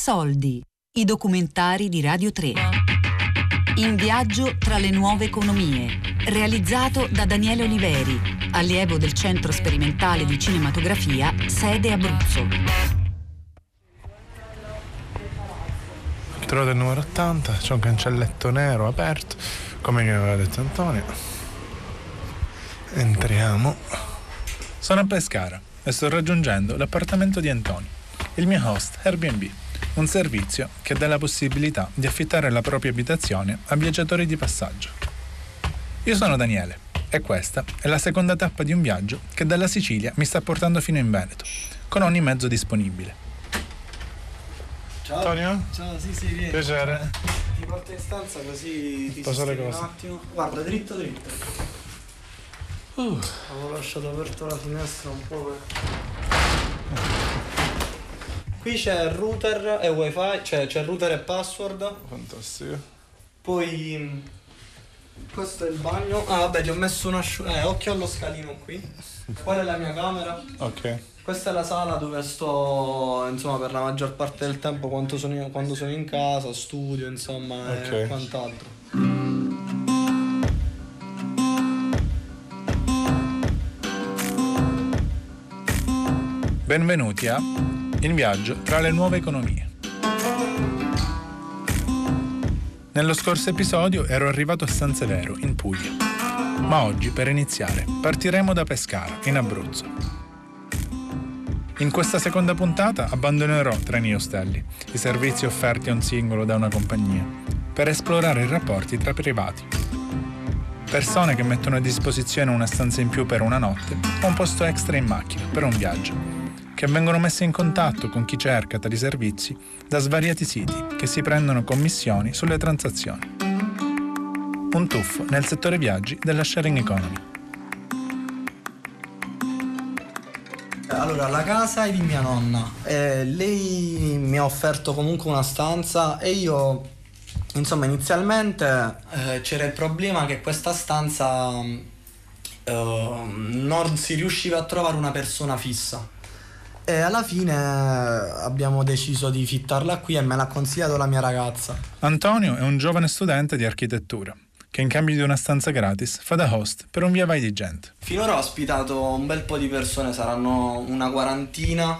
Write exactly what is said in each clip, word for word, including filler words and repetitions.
Soldi, i documentari di Radio tre. In viaggio tra le nuove economie, realizzato da Daniele Oliveri, allievo del Centro Sperimentale di Cinematografia, sede Abruzzo. Trovo del numero ottanta, c'è un cancelletto nero aperto, come mi aveva detto Antonio. Entriamo. Sono a Pescara e sto raggiungendo l'appartamento di Antonio, il mio host Airbnb, un servizio che dà la possibilità di affittare la propria abitazione a viaggiatori di passaggio. Io sono Daniele e questa è la seconda tappa di un viaggio che dalla Sicilia mi sta portando fino in Veneto, con ogni mezzo disponibile. Ciao Antonio? Ciao, sì sì, vieni. Piacere. Ti porto in stanza così ti Poso le sistemi cose. un attimo. Guarda, dritto dritto. Uh. Avevo lasciato aperto la finestra un po' per... Qui c'è il router e wifi, cioè c'è il router e password. Fantastico. Poi questo è il bagno. Ah vabbè, ti ho messo un asciugo. Eh, occhio allo scalino qui. Qual è la mia camera? Ok. Questa è la sala dove sto, insomma, per la maggior parte del tempo quando sono, io, quando sono in casa, studio, insomma, okay. E quant'altro. Benvenuti a In viaggio tra le nuove economie. Nello scorso episodio ero arrivato a San Severo, in Puglia. Ma oggi, per iniziare, partiremo da Pescara, in Abruzzo. In questa seconda puntata abbandonerò treni e ostelli, i servizi offerti a un singolo da una compagnia, per esplorare i rapporti tra privati. Persone che mettono a disposizione una stanza in più per una notte o un posto extra in macchina per un viaggio, che vengono messe in contatto con chi cerca tali servizi da svariati siti che si prendono commissioni sulle transazioni. Un tuffo nel settore viaggi della sharing economy. Allora, la casa è di mia nonna. Eh, lei mi ha offerto comunque una stanza e io, insomma, inizialmente eh, c'era il problema che questa stanza eh, non si riusciva a trovare una persona fissa. E alla fine abbiamo deciso di fittarla qui e me l'ha consigliato la mia ragazza. Antonio è un giovane studente di architettura che in cambio di una stanza gratis fa da host per un via vai di gente. Finora ho ospitato un bel po' di persone, saranno una quarantina,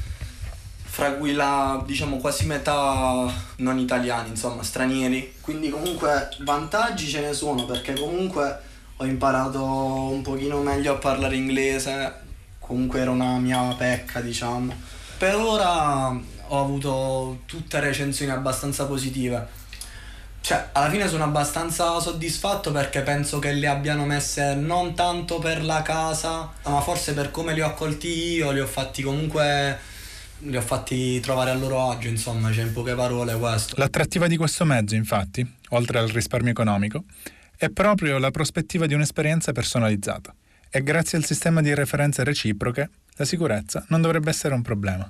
fra cui la, diciamo, quasi metà non italiani, insomma, stranieri. Quindi comunque vantaggi ce ne sono, perché comunque ho imparato un pochino meglio a parlare inglese, comunque era una mia pecca, diciamo. Per ora ho avuto tutte recensioni abbastanza positive. Cioè, alla fine sono abbastanza soddisfatto perché penso che le abbiano messe non tanto per la casa, ma forse per come li ho accolti io, li ho fatti comunque, li ho fatti trovare a loro agio, insomma, c'è in poche parole questo. L'attrattiva di questo mezzo, infatti, oltre al risparmio economico, è proprio la prospettiva di un'esperienza personalizzata. E grazie al sistema di referenze reciproche, la sicurezza non dovrebbe essere un problema.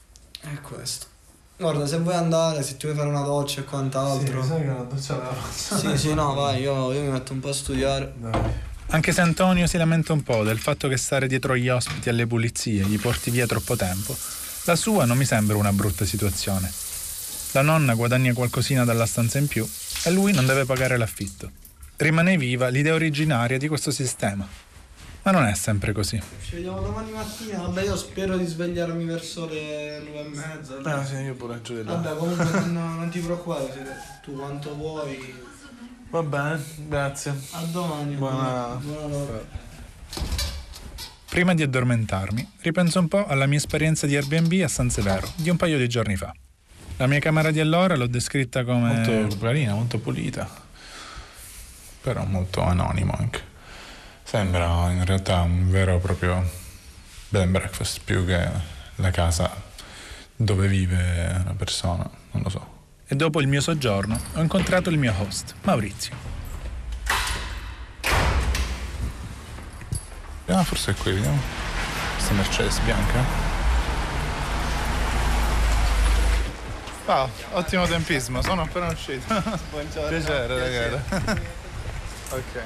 È questo. Guarda, se vuoi andare, se ti vuoi fare una doccia e quant'altro. Sì, sai che una doccia la faccio. Sì, sì, no, vai, io, io mi metto un po' a studiare. Dai. Anche se Antonio si lamenta un po' del fatto che stare dietro gli ospiti alle pulizie gli porti via troppo tempo, la sua non mi sembra una brutta situazione. La nonna guadagna qualcosina dalla stanza in più e lui non deve pagare l'affitto. Rimane viva l'idea originaria di questo sistema. Ma non è sempre così. Ci vediamo domani mattina. Vabbè, io spero di svegliarmi verso le nove e mezza. Ah sì, io pure giù di là. Vabbè, comunque non, non ti preoccupare, se tu quanto vuoi. Va bene, grazie. A domani. Buona... Buonanotte. Prima di addormentarmi, ripenso un po' alla mia esperienza di Airbnb a San Severo di un paio di giorni fa. La mia camera di allora l'ho descritta come... Molto carina, molto pulita. Però molto anonimo anche. Sembra in realtà un vero e proprio bed and breakfast più che la casa dove vive una persona, non lo so. E dopo il mio soggiorno ho incontrato il mio host, Maurizio. Ah, forse è qui, vediamo. Questa Mercedes bianca. Ah, ottimo tempismo, sono appena uscito. Buongiorno. Piacere, ragazzi. Ok.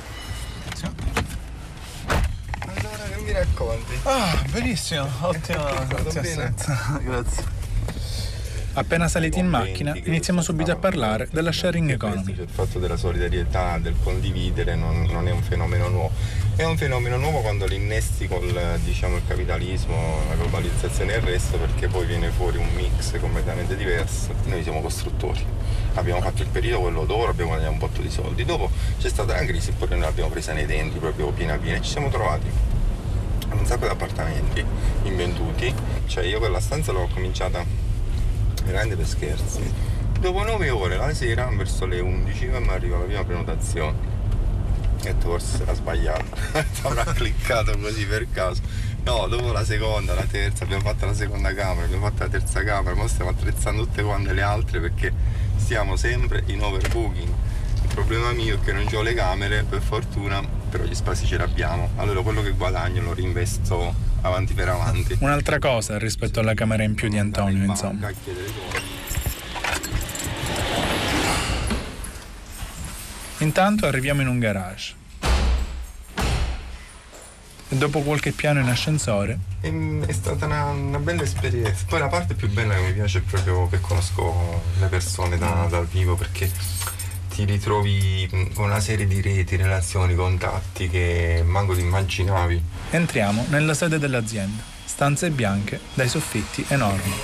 Allora, che mi racconti? Ah, benissimo, ottimo. Tutto bene? Grazie. Appena saliti in macchina, iniziamo subito a parlare della sharing economy. Il fatto della solidarietà, del condividere non, non è un fenomeno nuovo. È un fenomeno nuovo quando li innesti col, diciamo, il capitalismo, la globalizzazione e il resto, perché poi viene fuori un mix completamente diverso. Noi siamo costruttori. Abbiamo fatto il periodo quello d'oro, abbiamo guadagnato un botto di soldi. Dopo c'è stata la crisi e poi noi l'abbiamo presa nei denti, proprio piena piena, e ci siamo trovati un sacco di appartamenti invenduti. Cioè io quella stanza l'ho cominciata veramente per scherzi. Dopo nove ore la sera, verso le undici, mi arriva la prima prenotazione. Ho detto forse sarà sbagliato, avrà cliccato così per caso. No, dopo la seconda, la terza, abbiamo fatto la seconda camera, abbiamo fatto la terza camera, ora stiamo attrezzando tutte quante le altre perché stiamo sempre in overbooking. Il problema mio è che non ho le camere, per fortuna, però gli spazi ce li abbiamo. Allora quello che guadagno lo reinvesto avanti per avanti. Un'altra cosa rispetto alla camera in più di Antonio, insomma. Intanto arriviamo in un garage. E dopo qualche piano in ascensore... È, è stata una, una bella esperienza. Poi la parte più bella che mi piace è proprio che conosco le persone da, dal vivo, perché ti ritrovi con una serie di reti, relazioni, contatti che manco ti immaginavi. Entriamo nella sede dell'azienda. Stanze bianche, dai soffitti enormi.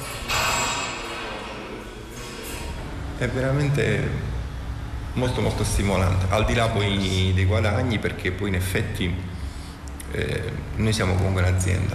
È veramente molto molto stimolante, al di là poi dei guadagni, perché poi in effetti eh, noi siamo comunque un'azienda.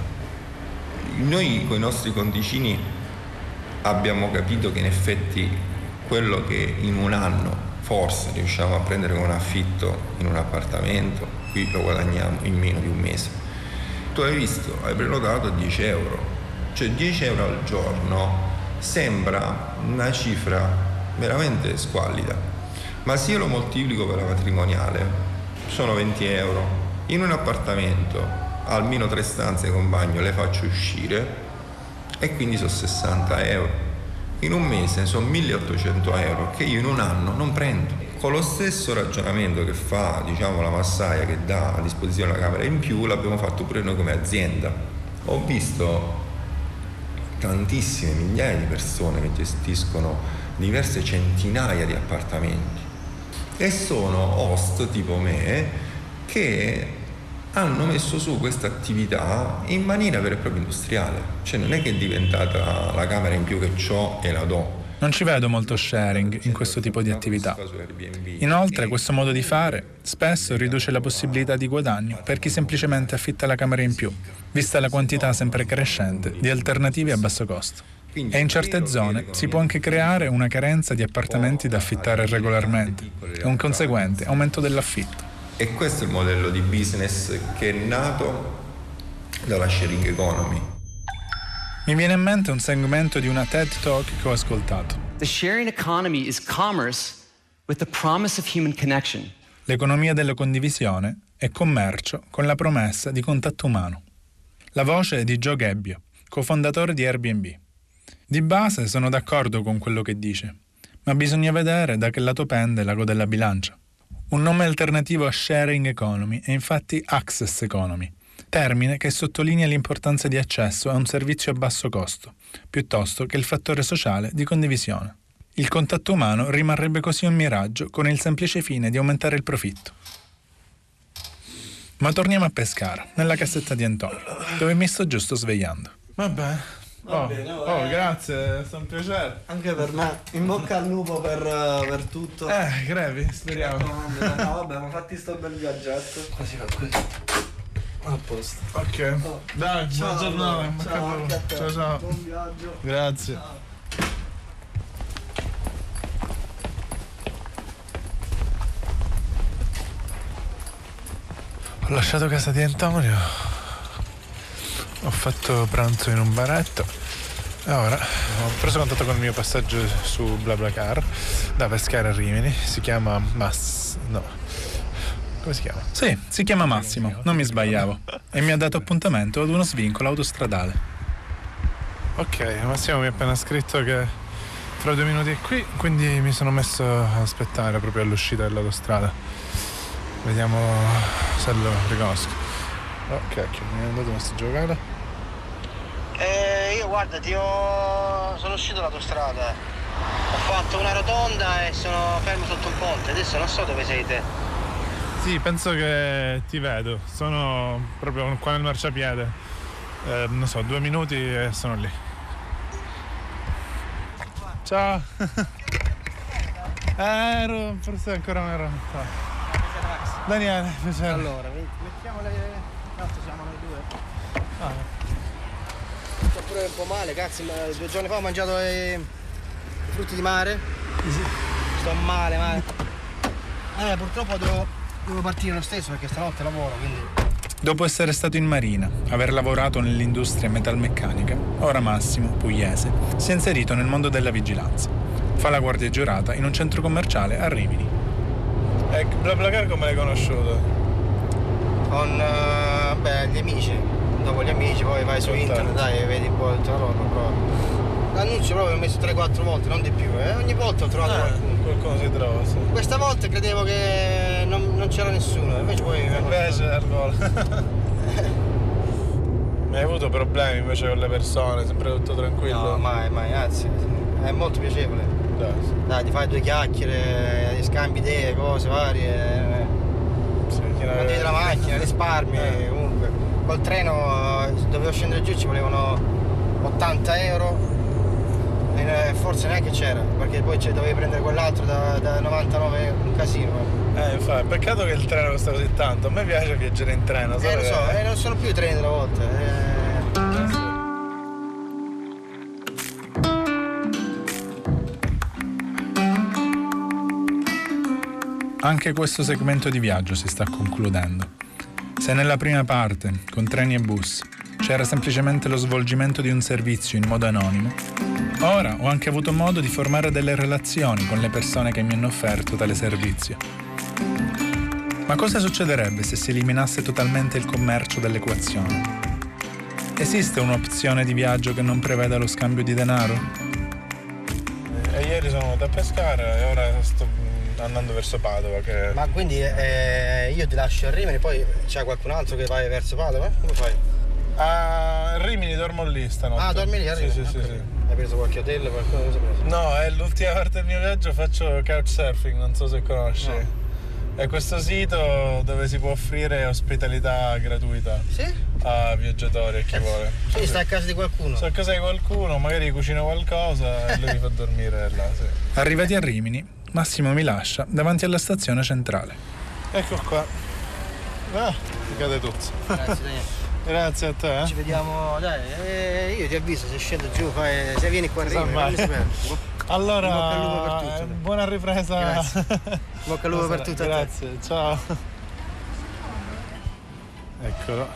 Noi con i nostri conticini abbiamo capito che in effetti quello che in un anno forse riusciamo a prendere con affitto in un appartamento, qui lo guadagniamo in meno di un mese. Tu hai visto, hai prenotato dieci euro, cioè dieci euro al giorno sembra una cifra veramente squallida. Ma se io lo moltiplico per la patrimoniale, sono venti euro. In un appartamento, almeno tre stanze con bagno, le faccio uscire e quindi sono sessanta euro. In un mese sono milleottocento euro che io in un anno non prendo. Con lo stesso ragionamento che fa, diciamo, la massaia che dà a disposizione la camera in più, l'abbiamo fatto pure noi come azienda. Ho visto tantissime, migliaia di persone che gestiscono diverse centinaia di appartamenti. E sono host tipo me che hanno messo su questa attività in maniera vera e propria industriale. Cioè non è che è diventata la camera in più che c'ho e la do. Non ci vedo molto sharing in questo tipo di attività. Inoltre questo modo di fare spesso riduce la possibilità di guadagno per chi semplicemente affitta la camera in più, vista la quantità sempre crescente di alternative a basso costo. E in certe zone si può anche creare una carenza di appartamenti da affittare regolarmente e un conseguente aumento dell'affitto. E questo è il modello di business che è nato dalla sharing economy. Mi viene in mente un segmento di una TED Talk che ho ascoltato. The sharing economy is commerce with the promise of human connection. L'economia della condivisione è commercio con la promessa di contatto umano. La voce è di Joe Gebbia, cofondatore di Airbnb. Di base sono d'accordo con quello che dice, ma bisogna vedere da che lato pende l'ago della bilancia. Un nome alternativo a sharing economy è infatti access economy, termine che sottolinea l'importanza di accesso a un servizio a basso costo, piuttosto che il fattore sociale di condivisione. Il contatto umano rimarrebbe così un miraggio con il semplice fine di aumentare il profitto. Ma torniamo a Pescara, nella cassetta di Antonio, dove mi sto giusto svegliando. Vabbè. Oh, bene, oh, grazie, è stato un piacere. Anche per me. In bocca al lupo per, per tutto. Eh, grevi, speriamo. No, vabbè, ma fatti sto bel viaggetto. Così fa così. A posto. Ok. Oh. Dai, buona giornata. Ciao, ciao, ciao, ciao. Buon viaggio. Grazie. Ciao. Ho lasciato casa di Antonio. Ho fatto pranzo in un baretto e ora ho preso contatto con il mio passaggio su BlaBlaCar da Pescara a Rimini. Si chiama Mass... no. Come si chiama? Sì, si chiama Massimo, non mi sbagliavo. E mi ha dato appuntamento ad uno svincolo autostradale. Ok, Massimo mi ha appena scritto che fra due minuti è qui, quindi mi sono messo ad aspettare proprio all'uscita dell'autostrada. Vediamo se lo riconosco. Oh cacchio, mi è andato questo giocare. Eh, io guarda, ti ho... sono uscito dall'autostrada, ho fatto una rotonda e sono fermo sotto un ponte, adesso non so dove sei te. Sì, penso che ti vedo, sono proprio qua nel marciapiede, eh, non so, due minuti e sono lì. Ciao. eh, ero, forse ancora non ero. Daniele, piacere. Allora, mettiamo le... Cazzo, siamo noi due. Ah, Sto pure un po' male, cazzo, due giorni fa ho mangiato i, i frutti di mare. Sto male, male. Eh, purtroppo devo, devo partire lo stesso perché stanotte lavoro, quindi... Dopo essere stato in marina, aver lavorato nell'industria metalmeccanica, ora Massimo, pugliese, si è inserito nel mondo della vigilanza. Fa la guardia giurata in un centro commerciale a Rimini. E BlaBlaCar come l'hai conosciuto? Con uh, beh, gli amici, dopo gli amici poi vai su internet, dai, e vedi un po' tutta la roba, però l'annuncio proprio ho messo tre quattro volte, non di più, e eh? ogni volta ho trovato eh, qualcuno. Qualcuno si trova, sì. Questa volta credevo che non, non c'era nessuno, invece poi... Invece al volo. Mi hai avuto problemi invece con le persone, sempre tutto tranquillo? No, mai, mai, anzi, è molto piacevole. Dai, Dai, ti fai due chiacchiere, scambi idee, cose varie. sì, Mantieni la macchina, risparmi, eh. comunque. Col treno dovevo scendere giù, ci volevano ottanta euro e forse neanche c'era, perché poi dovevi prendere quell'altro da, da novantanove euro, un casino. Eh, infatti, peccato che il treno costa così tanto, a me piace viaggiare in treno, Eh, lo so, che... eh, non sono più i treni della volta. Eh. Anche questo segmento di viaggio si sta concludendo. Se nella prima parte, con treni e bus, c'era semplicemente lo svolgimento di un servizio in modo anonimo, ora ho anche avuto modo di formare delle relazioni con le persone che mi hanno offerto tale servizio. Ma cosa succederebbe se si eliminasse totalmente il commercio dall'equazione? Esiste un'opzione di viaggio che non preveda lo scambio di denaro? E ieri sono venuto a pescare e ora sto andando verso Padova. Che... Ma quindi eh, io ti lascio a Rimini, poi c'è qualcun altro che vai verso Padova? Come fai? A Rimini dormo lì stanotte. Ah, dormi lì a Rimini? Sì, sì, sì, sì. Hai preso qualche hotel? Qualcosa? Cosa hai preso? No, è l'ultima parte del mio viaggio, faccio couchsurfing, non so se conosci. No. È questo sito dove si può offrire ospitalità gratuita Sì? a viaggiatori e chi vuole. Quindi stai a casa di qualcuno? Sto a casa di qualcuno, magari cucino qualcosa e lui mi fa dormire là, sì. Arrivati a Rimini, Massimo mi lascia davanti alla stazione centrale. Ecco qua. Ah, mi cade tutto. Grazie Daniele. Grazie a te. Eh? Ci vediamo, dai, eh, io ti avviso, se scendo giù, fai, se vieni qua a Rimini, non mi sapere. Allora, bocca al lupo per tutto. Buona ripresa. Grazie. Bocca al lupo per tutto. Grazie, ciao. Eccolo.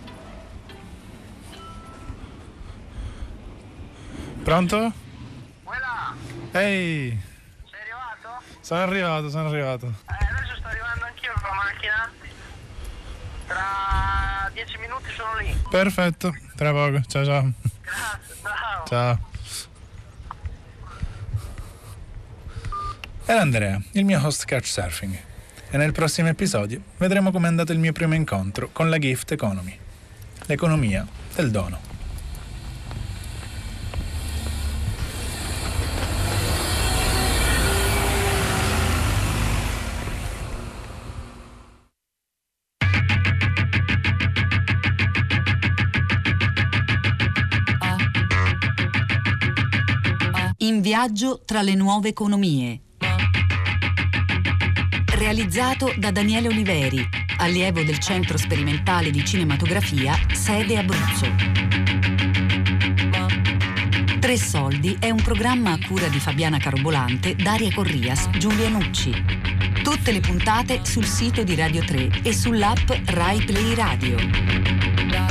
Pronto? Quella! Ehi! Sei arrivato? Sono arrivato, sono arrivato. Eh, adesso sto arrivando anch'io con la macchina. Tra dieci minuti sono lì. Perfetto, tra poco. Ciao ciao. Grazie, ciao. Ciao. Era Andrea, il mio host couchsurfing. E nel prossimo episodio vedremo com'è andato il mio primo incontro con la gift economy. L'economia del dono. In viaggio tra le nuove economie. Realizzato da Daniele Oliveri, allievo del Centro Sperimentale di Cinematografia, sede Abruzzo. Tre Soldi è un programma a cura di Fabiana Carobolante, Daria Corrias, Giulia Nucci. Tutte le puntate sul sito di Radio tre e sull'app Rai Play Radio.